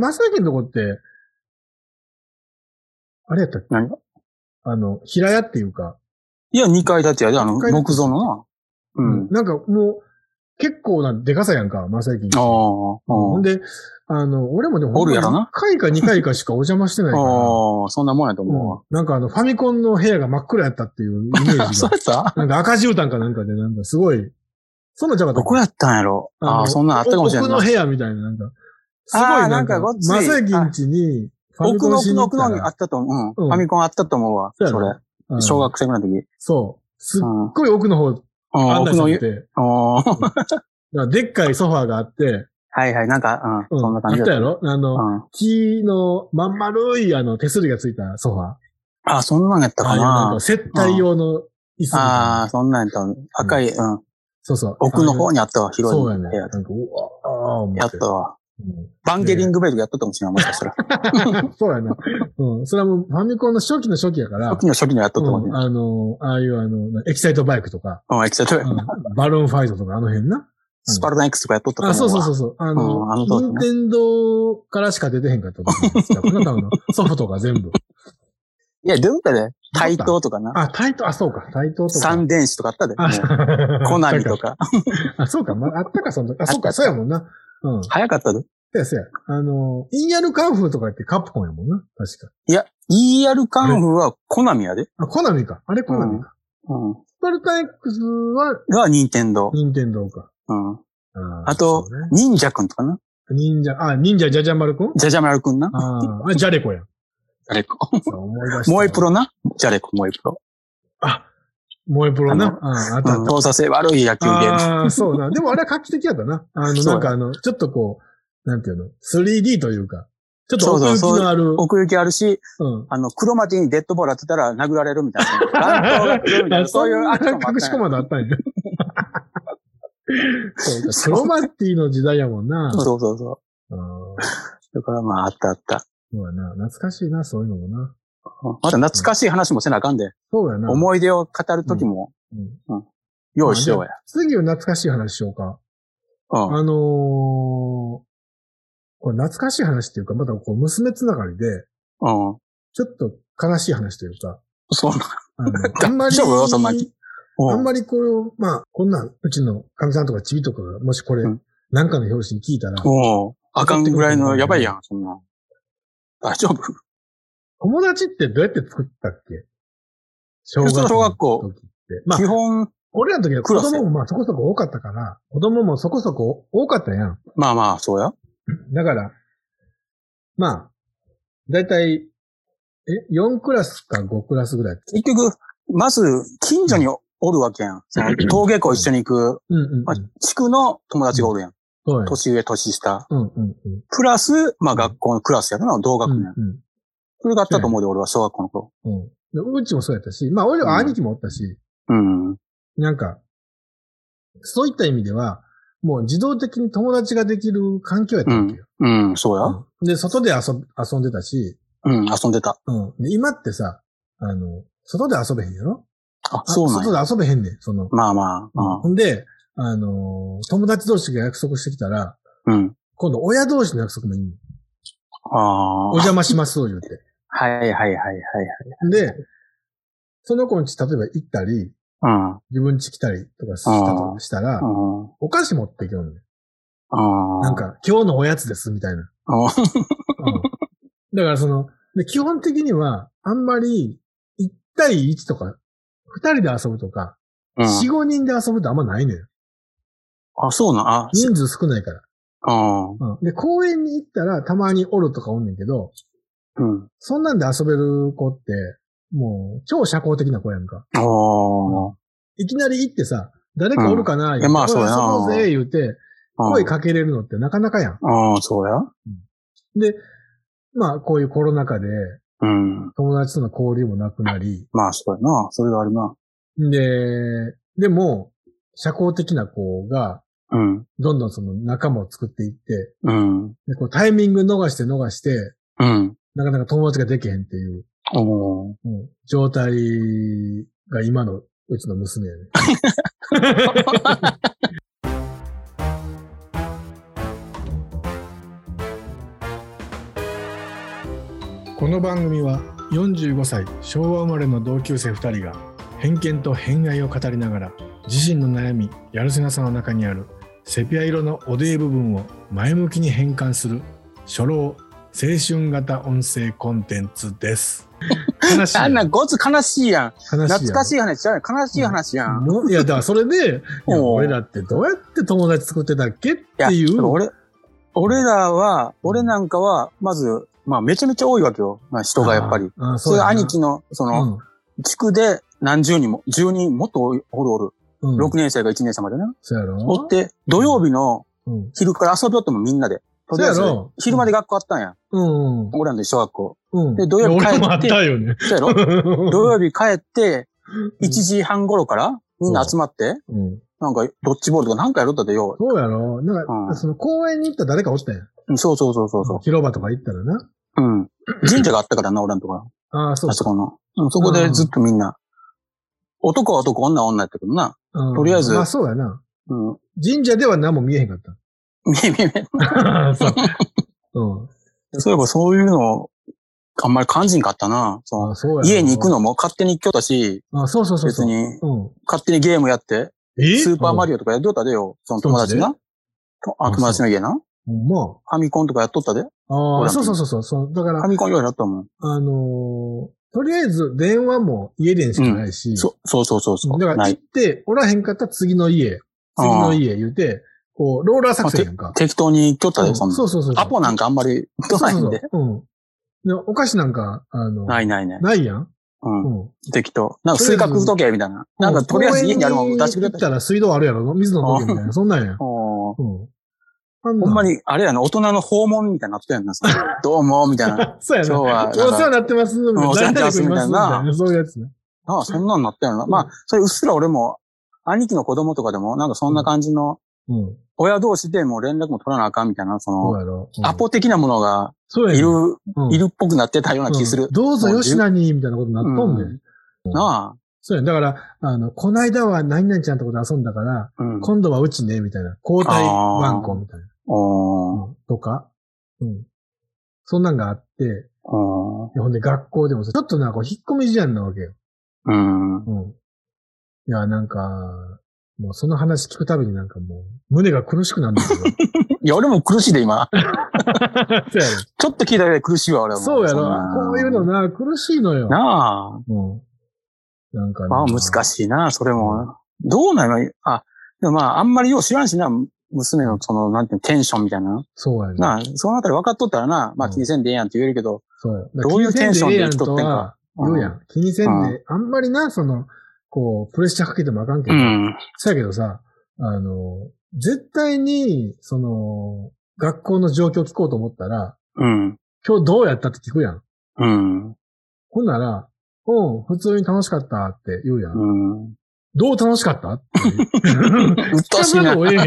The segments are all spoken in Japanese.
正幸のとこって、あれやったっけ？ 何？ 平屋っていうか。 いや、2階建てやで、木造のな。 うん。なんかもう、結構なでかさやんか、正幸。ほんで、俺もでも、 おるやろな。 1回か2回かしかお邪魔してないから。 そんなもんやと思うわ。 なんかファミコンの部屋が真っ暗やったっていうイメージが。 そうやった？ なんか赤絨毯かなんかで、なんかすごい、そんなちゃうかった。 どこやったんやろ？そんなんあったかもしれない。 奥の部屋みたいな、なんか。すごいなんか、正幸んちに、 奥のにあったと思う。ファミコンあったと思うわ。それ。小学生ぐらいの時。 そう。すっごい奥の方、案内されて。でっかいソファーがあって。 はいはい、なんか、そんな感じだった。 あったやろ木のまん丸い手すりがついたソファー。 そんなんやったかな。 なんか接待用の椅子みたいな。 そんなんやった。赤い、 そうそう。 奥の方にあったわ、広い部屋。 そうやね。なんか、 やったわ。バンゲリングベルやったかもしれない、もしかしたら。 そうやな。それはもうファミコンの初期の初期やから。 初期のやったと思うね。 ああいうエキサイトバイクとか。 エキサイトバイク。 バルーンファイトとか辺な。 スパルタン X とかやっとったと思うわ。 そう。任天堂からしか出てへんかったと思うんですよ。ソフトが全部。 いや、出とったで。対等とかな。 そうか。対等とか。 三電子とかあったで。コナミとか。 そうか。あったか、その時。そうか、そうやもんな。 早かったで。 そうや。ER カンフーとかってカプコンやもんな。確か。 いや、ER カンフーはコナミやで。 コナミか。あれコナミか。スパルタン X は任天堂。 任天堂か。 あと、忍者くんとかな。 忍者ジャジャマルくん？ ジャジャマルくんな。 ジャレコや。 ジャレコ。 思い出した。 萌えプロな。ジャレコ、萌えプロ。 萌えプロな。 あった。動作性悪い野球ゲーム。 そうな。でもあれは画期的やったな。なんかちょっとこう、なんていうの ?3D というか、ちょっと奥行きのある。 奥行きあるし、黒町にデッドボール当てたら殴られるみたいな。乱闘が来るみたいな。そういうアクションもあった。 隠しコマンドあったんや。そうか、クロマティの時代やもんな。 そう。だからあった。 そうやな。懐かしいな、そういうのもな。 また懐かしい話もせなあかんで。 そうやな。 思い出を語るときも、用意しようや。 次は懐かしい話しようか。これ懐かしい話っていうか、またこう、娘つながりで、ちょっと悲しい話というか、 そうな。 あんまり、 そんなに。 あんまりこう、こんなん、うちの神さんとかチビとかが、もしこれ、なんかの表紙に聞いたら、 あかんぐらいのやばいやん、そんな。大丈夫？ 友達ってどうやって作ったっけ？ 小学校。基本、 俺らの時は子供もそこそこ多かったから、子供もそこそこ多かったやん。 そうや。 だから、だいたい、4クラスか5クラスぐらい。 結局、まず、近所におるわけやん。登下校一緒に行く、地区の友達がおるやん。年上、年下。プラス、学校のクラスやるのは同学年。それがあったと思うで、俺は小学校の頃。 うちもそうやったし、俺は兄貴もおったし、なんか、そういった意味では、もう自動的に友達ができる環境やったわけよ。 そうや。 で、外で遊んでたし、 遊んでた。 で、今ってさ、外で遊べへんやろ？ そうなんや。 外で遊べへんねん、ほんで、友達同士が約束してきたら、今度親同士の約束もいいねん。お邪魔します、言うて。 はい。 で、その子んち、例えば行ったり、自分家来たりとかしたら、お菓子持ってきよんねん。なんか、今日のおやつです、みたいな。だから基本的には、あんまり、1対1とか、2人で遊ぶとか、4、5人で遊ぶってあんまないねん。 そうな。 人数少ないから。で、公園に行ったら、たまにおるとかおんねんけど、そんなんで遊べる子って、もう、超社交的な子やんか。いきなり行ってさ、誰かおるかな、言うて、遊ぼうぜ、言うて、声かけれるのってなかなかやん。 そうや。 で、こういうコロナ禍で、友達との交流もなくなり。 そうやな。それがあるな。 でも、社交的な子が、どんどんその仲間を作っていって、でこうタイミング逃して、なかなか友達ができへんっていう、状態が今のうちの娘やね。 この番組は45歳昭和生まれの同級生2人が偏見と偏愛を語りながら自身の悩みやるせなさの中にあるセピア色のおでえ部分を前向きに変換する初老青春型音声コンテンツです。 悲しい。あんなごつ悲しいやん。懐かしい話じゃない。悲しい話やん。 いや、だからそれで、俺らってどうやって友達作ってたっけっていう。 俺なんかは、まず、まあめちゃめちゃ多いわけよ。まあ人がやっぱり。それ兄貴の、地区で何十人も、10人もっとおる。6年生が1年生までね。 そうやろ。 おって、土曜日の昼から遊びよってもみんなで。とりあえず、昼まで学校あったんや。俺らの小学校。で、土曜日帰って。 俺もあったよね。 そうやろ。土曜日帰って、1時半頃からみんな集まって、なんか、ドッジボールとかなんかやるったでよ。 そうやろ。なんか、その公園に行ったら誰かおったやん。 そう。 広場とか行ったらな。 神社があったからな、俺のところ。 ああ、そう。 あそこの。そこでずっとみんな。男は男、女は女やったけどな。とりあえず。 あ、そうやな。神社では何も見えへんかった。 見え。そう。そういえばそういうの、あんまり感じんかったな。家に行くのも勝手に行きよったし。 そう。 別に、勝手にゲームやって。スーパーマリオとかやっとったでよ。その友達が。友達の家な。ファミコンとかやっとったで。 そう。だから。 ファミコンよりやったもん。 とりあえず電話も家電しかないし。 そう。 だから行って、おらへんかったら次の家言うて、こう、ローラー作戦やんか。 適当に来よったで、そんな。 そう。 アポなんかあんまり来ないんで。 お菓子なんか、 ない。 ないやん。 適当。なんか水角時計みたいな。なんかとりあえず家にあるもん出してくれた。 行ったら水道あるやろ水の時計みたいな。そんなんや。 ほんまに、あれやな、大人の訪問みたいになってたよな。どうも、みたいな。 そうやな。今日は。お世話になってます。みたいな。 お世話になってます、みたいな。 そういうやつね。 そんなんなったよな。まあ、それうっすら俺も、兄貴の子供とかでも、なんかそんな感じの、親同士でも連絡も取らなあかんみたいな、アポ的なものが、いるっぽくなってたような気する。 どうぞよしなに、みたいなことになっとんで。 なあ。 そうや。だから、こないだは何々ちゃんとこで遊んだから、今度はうちね、みたいな。交代番号みたいな。とか。そんなんがあって、ほんで学校でもちょっとな、引っ込み思案なわけよ。いや、なんか、もうその話聞くたびになんかもう、胸が苦しくなるんだけど。 いや、俺も苦しいで、今。ちょっと聞いただけで苦しいわ、俺はもう。 そうやろ。こういうのな、苦しいのよ。 なあ。 なんか難しいな、それも。どうなのでもあんまりよう知らんしな、娘のなんていうの、テンションみたいな。 そうやね。 なあ、そのあたり分かっとったらな、まあ気にせんでええやんって言えるけど、どういうテンションで生きとってんか。 言うやん。気にせんで、あんまりな、こう、プレッシャーかけてもあかんけど。そうやけどさ、絶対に、学校の状況聞こうと思ったら、今日どうやったって聞くやん。ほんなら、普通に楽しかったって言うやん。どう楽しかったって。 うっとうしいな。 いや、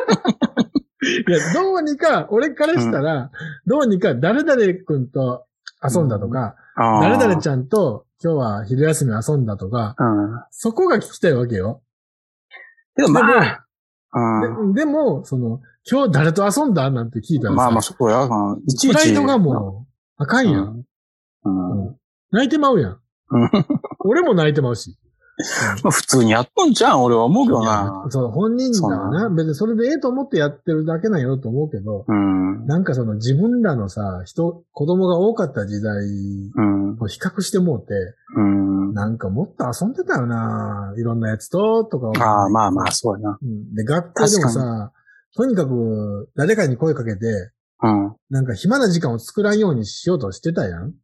どうにか、俺からしたら、どうにか誰々くんと遊んだとか、誰々ちゃんと今日は昼休み遊んだとか、そこが聞きたいわけよ。 でも、 でも、今日誰と遊んだなんて聞いたらさ、 まあ、そうや。 プライドがもう、あかんやん。泣いてまうやん。俺も泣いてまうし。 普通にやっとんじゃん、俺は思うけどな。 そう、本人だな。別にそれでええと思ってやってるだけなんやろと思うけど、なんか自分らのさ、子供が多かった時代を比較してもうて、なんかもっと遊んでたよな、いろんなやつとか。 まあ、そうやな。 で、学校でもさ、とにかく誰かに声かけて、なんか暇な時間を作らんようにしようとしてたやん。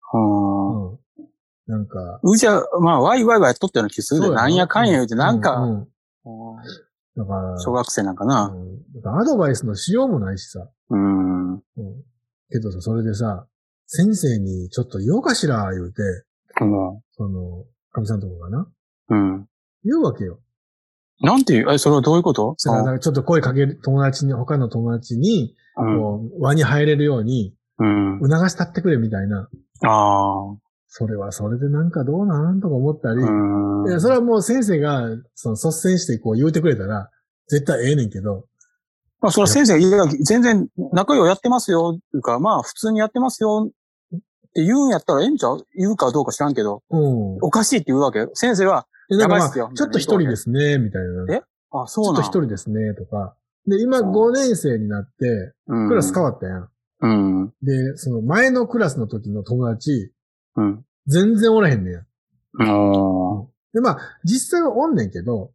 なんか。 うちは、まあ、ワイやっとったような気するで、なんやかんや言うて、なんか、 だから、 小学生なんかな。 アドバイスのしようもないしさ。けどさ、それでさ、先生にちょっと言おうかしら、言うて、神さんとこがな。言うわけよ。 なんていう、それはどういうこと？ ちょっと声かける他の友達に、輪に入れるように、促したってくれみたいな。それはそれでなんかどうなんとか思ったり、いや、それはもう先生が、率先してこう言うてくれたら、絶対ええねんけど。 まあ、それは先生が全然仲良くやってますよ、というか、まあ、普通にやってますよ、ってって言うんやったらええんちゃう？言うかどうか知らんけど。おかしいって言うわけ。先生は、 やばいっすよ。ちょっと一人ですね、みたいな。 あ、そうなん。 ちょっと一人ですね、とか。で、今5年生になって、クラス変わったやん。で、その前のクラスの時の友達、全然おらへんねんや。で、まあ、実際はおんねんけど、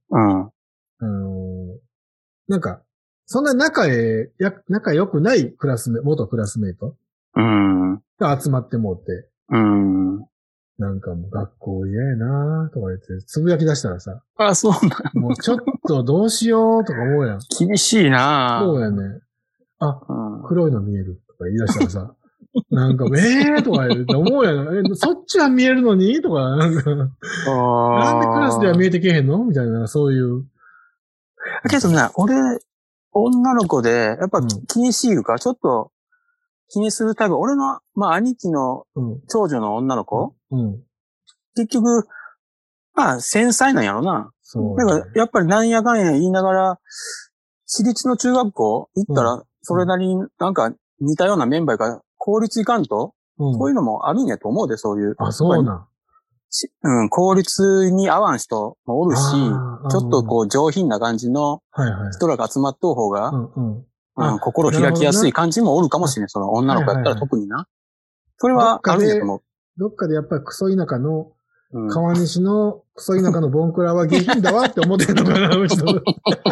なんか、そんな仲良くない元クラスメイトが集まってもうて、なんかもう学校嫌やなとか言って、つぶやき出したらさ。 あ、そうなん。 もうちょっとどうしようとか思うやん。 厳しいなそうやね。あ、黒いの見えるとか言い出したらさ。なんか、とか言って思うやん。そっちは見えるのにとか、なんでクラスでは見えてけへんのみたいな、そういう。 けどね、俺、女の子で、やっぱ気にしいるから、ちょっと気にするタイプ。俺の、まあ、兄貴の長女の女の子、結局、まあ、繊細なんやろな。そう、ね。だから、やっぱりなんやかんや言いながら、私立の中学校行ったら、それなりになんか似たようなメンバーが公立行かんと、そういうのもあるんやと思うで、そういう。 あ、そうなん。 公立に合わん人もおるし、ちょっとこう上品な感じの人らが集まっとう方が、心開きやすい感じもおるかもしれない。その女の子やったら特にな。それはあるんやと思う。 どっかでやっぱりクソ田舎の、川西のクソ田舎のボンクラは下品だわって思ってんのかな、うちの。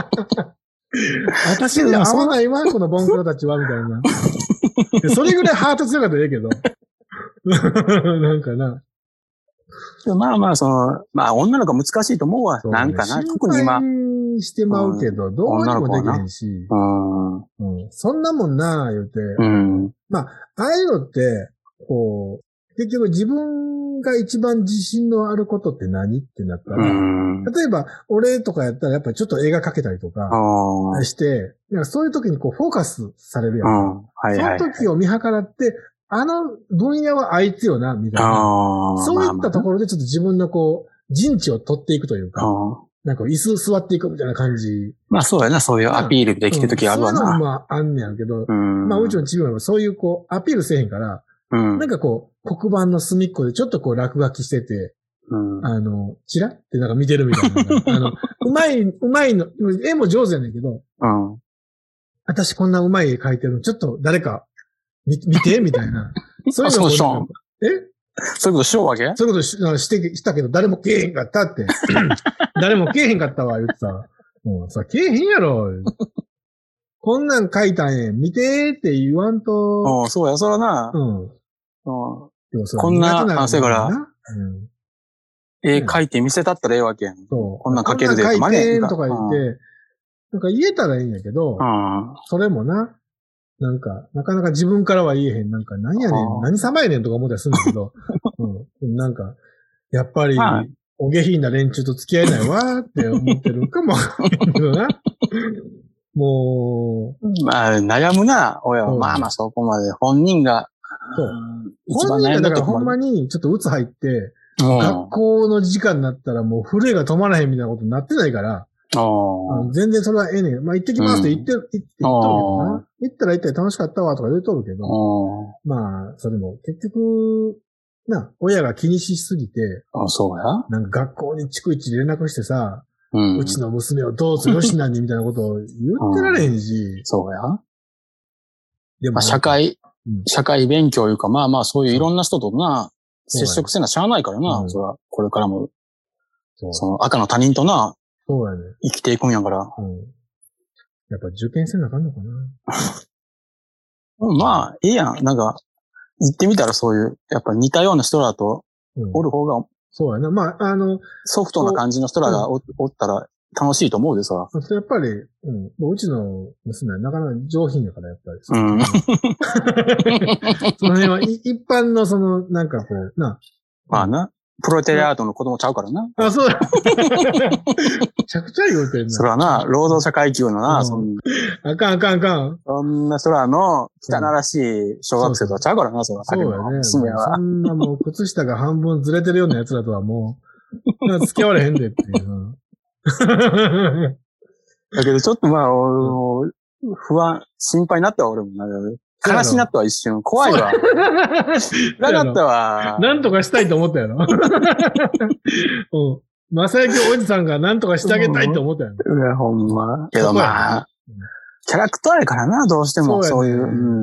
私に合わないわ、このボンクラたちは、みたいな。それぐらいハート強かったらええけど。なんかな。 まあまあ、まあ女の子は難しいと思うわ。なんかな。特に今。 してまうけど、どうにもできへんし。そんなもんな、言うて。まあ、ああいうのって、こう、結局自分が一番自信のあることって何ってなったら、例えば、俺とかやったらやっぱりちょっと映画描けたりとかして、そういう時にこうフォーカスされるやん。その時を見計らって、あの分野はあいつよな、みたいな。そういったところでちょっと自分のこう、陣地を取っていくというか、なんか椅子座っていくみたいな感じ。 まあそうやな、そういうアピールできてる時あるわな。 そういうのもあんねやけど、まあうちのチームはそういうこう、アピールせえへんから、なんかこう、黒板の隅っこでちょっとこう落書きしてて、チラってなんか見てるみたいな。うまいの、絵も上手やねんけど、私こんなうまい絵描いてるの、ちょっと誰か見てみたいな。 そういうのも。そういうことしようわけ？ そういうことしたけど、誰もけえへんかったって。誰もけえへんかったわ、言ってた。もうさ、けえへんやろ。こんなん描いたんや。見てって言わんと。 そうや、そらな。こんな、それから、絵描いて見せたったらええわけやん。こんなん描けるで。 こんなん描いてんとか言って、なんか言えたらいいんやけど、それもな、なんか、なかなか自分からは言えへん。なんか、何やねん、何様やねんとか思ったりするんだけど、なんか、やっぱり、お下品な連中と付き合えないわーって思ってるかもしれんけどな。もう。まあ、悩むな、親は。まあまあ、そこまで。本人が、 本人がだからほんまにちょっと鬱入って、学校の時間になったらもう震えが止まらへんみたいなことになってないから、全然それはええねん。まあ、行ってきますって言っとるけどな。行ったら行ったら楽しかったわとか言うとるけど、まあ、それも結局、親が気にしすぎて、 そうや。 なんか学校に逐一連絡してさ、うちの娘をどうぞよしなにみたいなことを言ってられへんし。 そうや。でも、社会勉強いうか、まあまあそういういろんな人とな、接触せなしゃあないからな、それは、これからも、その赤の他人とな、 そうやね。 生きていくんやから。 やっぱ受験せなあかんのかな。 まあ、いいやん。なんか、行ってみたらそういう、やっぱ似たような人らと、おる方が、 そうやな。まあ、 ソフトな感じの人らがおったら楽しいと思うでさ。 やっぱり、うちの娘はなかなか上品だから、やっぱり。その辺は、一般のなんかこう、 まあな。プロレタリアートの子供ちゃうからな。 あ、そうだ。めちゃくちゃ言うてんな。 そらな、労働者階級のな、 あかん。 そんな空の汚らしい小学生とはちゃうからな、そら。 そうやね。そんなもう靴下が半分ずれてるような奴らとはもう、付き合われへんでっていう。 だけどちょっとまあ、不安、心配になったわ、俺もな。 悲しなったわ、一瞬。怖いわ。なかったわ。 なんとかしたいと思ったやろ。まさやきおじさんがなんとかしてあげたいと思ったやろ。 いや、ほんま。けどまあ、キャラクターやからな、どうしても。そういう。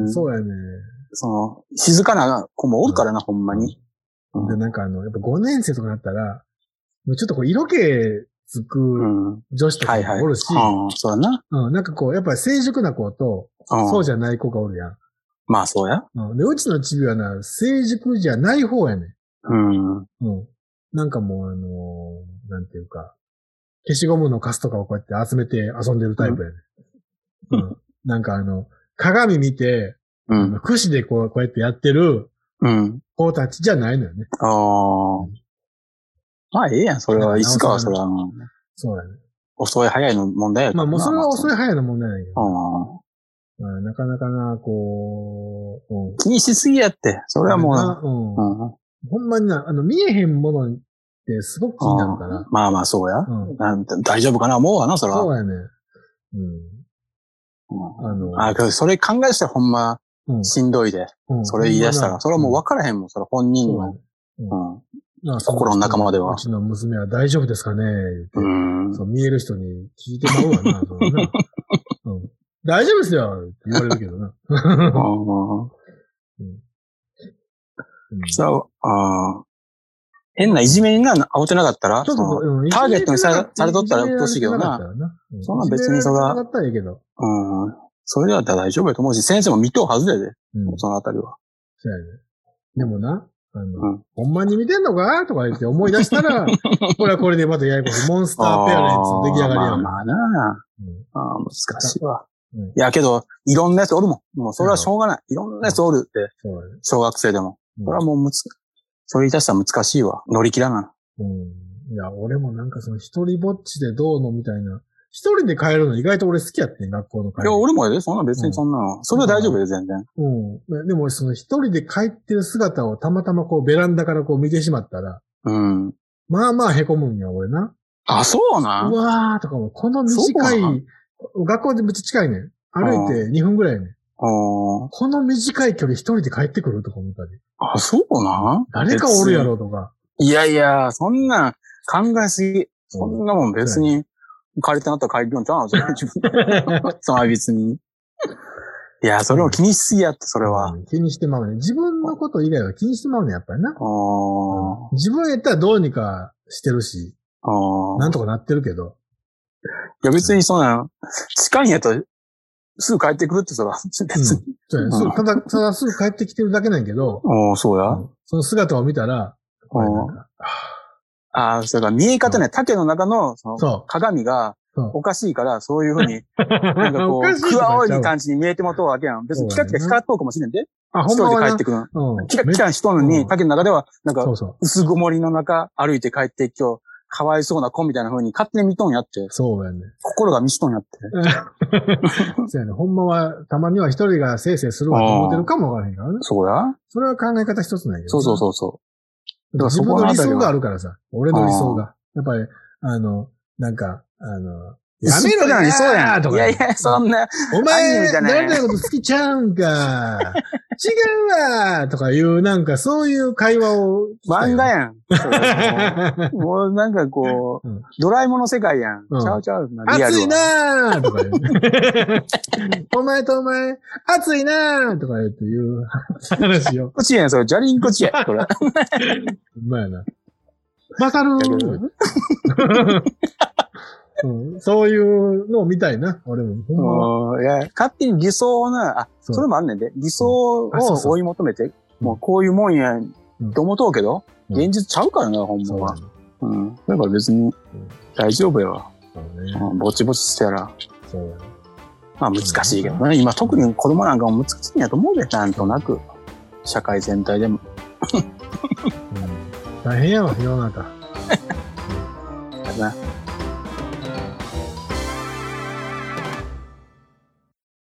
そうやね。 静かな子もおるからな、ほんまに。 で、なんかやっぱ5年生とかだったら、ちょっとこう、色気つく女子とかもおるし、 そうだな。 なんかこう、やっぱり成熟な子と、そうじゃない子がおるやん。 まあ、そうや。 で、うちのチビはな、成熟じゃない方やねん。なんかもうなんていうか、消しゴムのカスとかをこうやって集めて遊んでるタイプやねん。なんか鏡見て、櫛でこうやってやってる、子たちじゃないのよね。 まあ、ええやん、それは。いつかはそれは。 そうやね。 遅い早いの問題やから。 まあ、もうそれは遅い早いの問題なんやけど。なかなかな、こう。気にしすぎやって。それはもう。 ほんまにな、見えへんものってすごく気になるから。 まあまあ、そうや。大丈夫かな思うわな、それは。 そうやね。 それ考えしたらほんま、しんどいで。それ言い出したら。それはもう分からへんもん、それ本人の。心の仲間では。 うちの娘は大丈夫ですかねそう見える人に聞いてまうわな。大丈夫ですよって言われるけどな。 変ないじめに遭うてなかったら、ターゲットにされとったらうっとうしいけどな。そんな別にそれは。それだったら大丈夫やと思うし、先生も見とうはずやで。そのあたりは。 そうやね。でもな、ほんまに見てんのかとか言って思い出したら、これはこれでまたややこしい。モンスターペアレンツの出来上がりやまあな難しいわ。いやけど、いろんなやつおるもん。もうそれはしょうがない。いろんなやつおるって。小学生でも。それはもうそれ言い出したら難しいわ。乗り切らな。 いや、俺もなんか一人ぼっちでどうのみたいな。一人で帰るの意外と俺好きやってん、学校の帰り。 いや、俺もやで。そんな別にそんなの。それは大丈夫よ、全然。 でも一人で帰ってる姿をたまたまこうベランダからこう見てしまったら。まあまあ凹むんや、俺な。 あ、そうな。 うわーとかも、この短い、学校でめっちゃ近いねん。歩いて2分ぐらいねん。この短い距離一人で帰ってくるとか思ったり。 あ、そうな。 誰かおるやろとか。 いやいや、そんな考えすぎ。そんなもん別に。借りてなったら借りるんちゃうのそれ自分で。その別に。いや、それも気にしすぎやって、それは。 気にしてまうね。自分のこと以外は気にしてまうね、やっぱりな。自分やったらどうにかしてるし。なんとかなってるけど。 いや、別にそんな、近いんやったら、すぐ帰ってくるってそら、別に。 ただすぐ帰ってきてるだけなんやけど。 そうや。 その姿を見たら、 それから見え方ね、竹の中の、鏡が、おかしいから、そういうふうに、なんかこう、くわおい感じに見えてもとうわけやん。別にキラキラ光っとうかもしれんで。一人で帰ってくる。キラキラしとんのに、竹の中では、なんか、薄曇りの中、歩いて帰って今日、かわいそうな子みたいな風に勝手に見とんやって。 そうやね。 心が見しとんやって。 そうやね。ほんまは、たまには一人がせいせいするわと思ってるかもわからへんからね。 そうや。 それは考え方一つないけど。 そう。 自分の理想があるからさ。俺の理想が。やっぱり、なんか、やめろよ理想やんとか。 いやいや、そんな。 お前、誰々のこと好きちゃうんか。違うわとかいう、なんかそういう会話を。 漫画やん。もうなんかこう、ドラえもんの世界やん。ちゃう。 暑いなーとか言う。お前とお前、暑いなーとか言うっていう話を。 こっちやん、それ、ジャリンコチや。これ。うまいな。わかるそういうのを見たいな、俺も。 いや、勝手に理想な、それもあんねんで。理想を追い求めて、もうこういうもんや、と思とうけど、現実ちゃうからな、ほんまは。だから別に、大丈夫やわ。ぼちぼちしてやら。まあ難しいけどね。今特に子供なんかも難しいんやと思うで、なんとなく。社会全体でも。 大変やわ、世の中。 だな。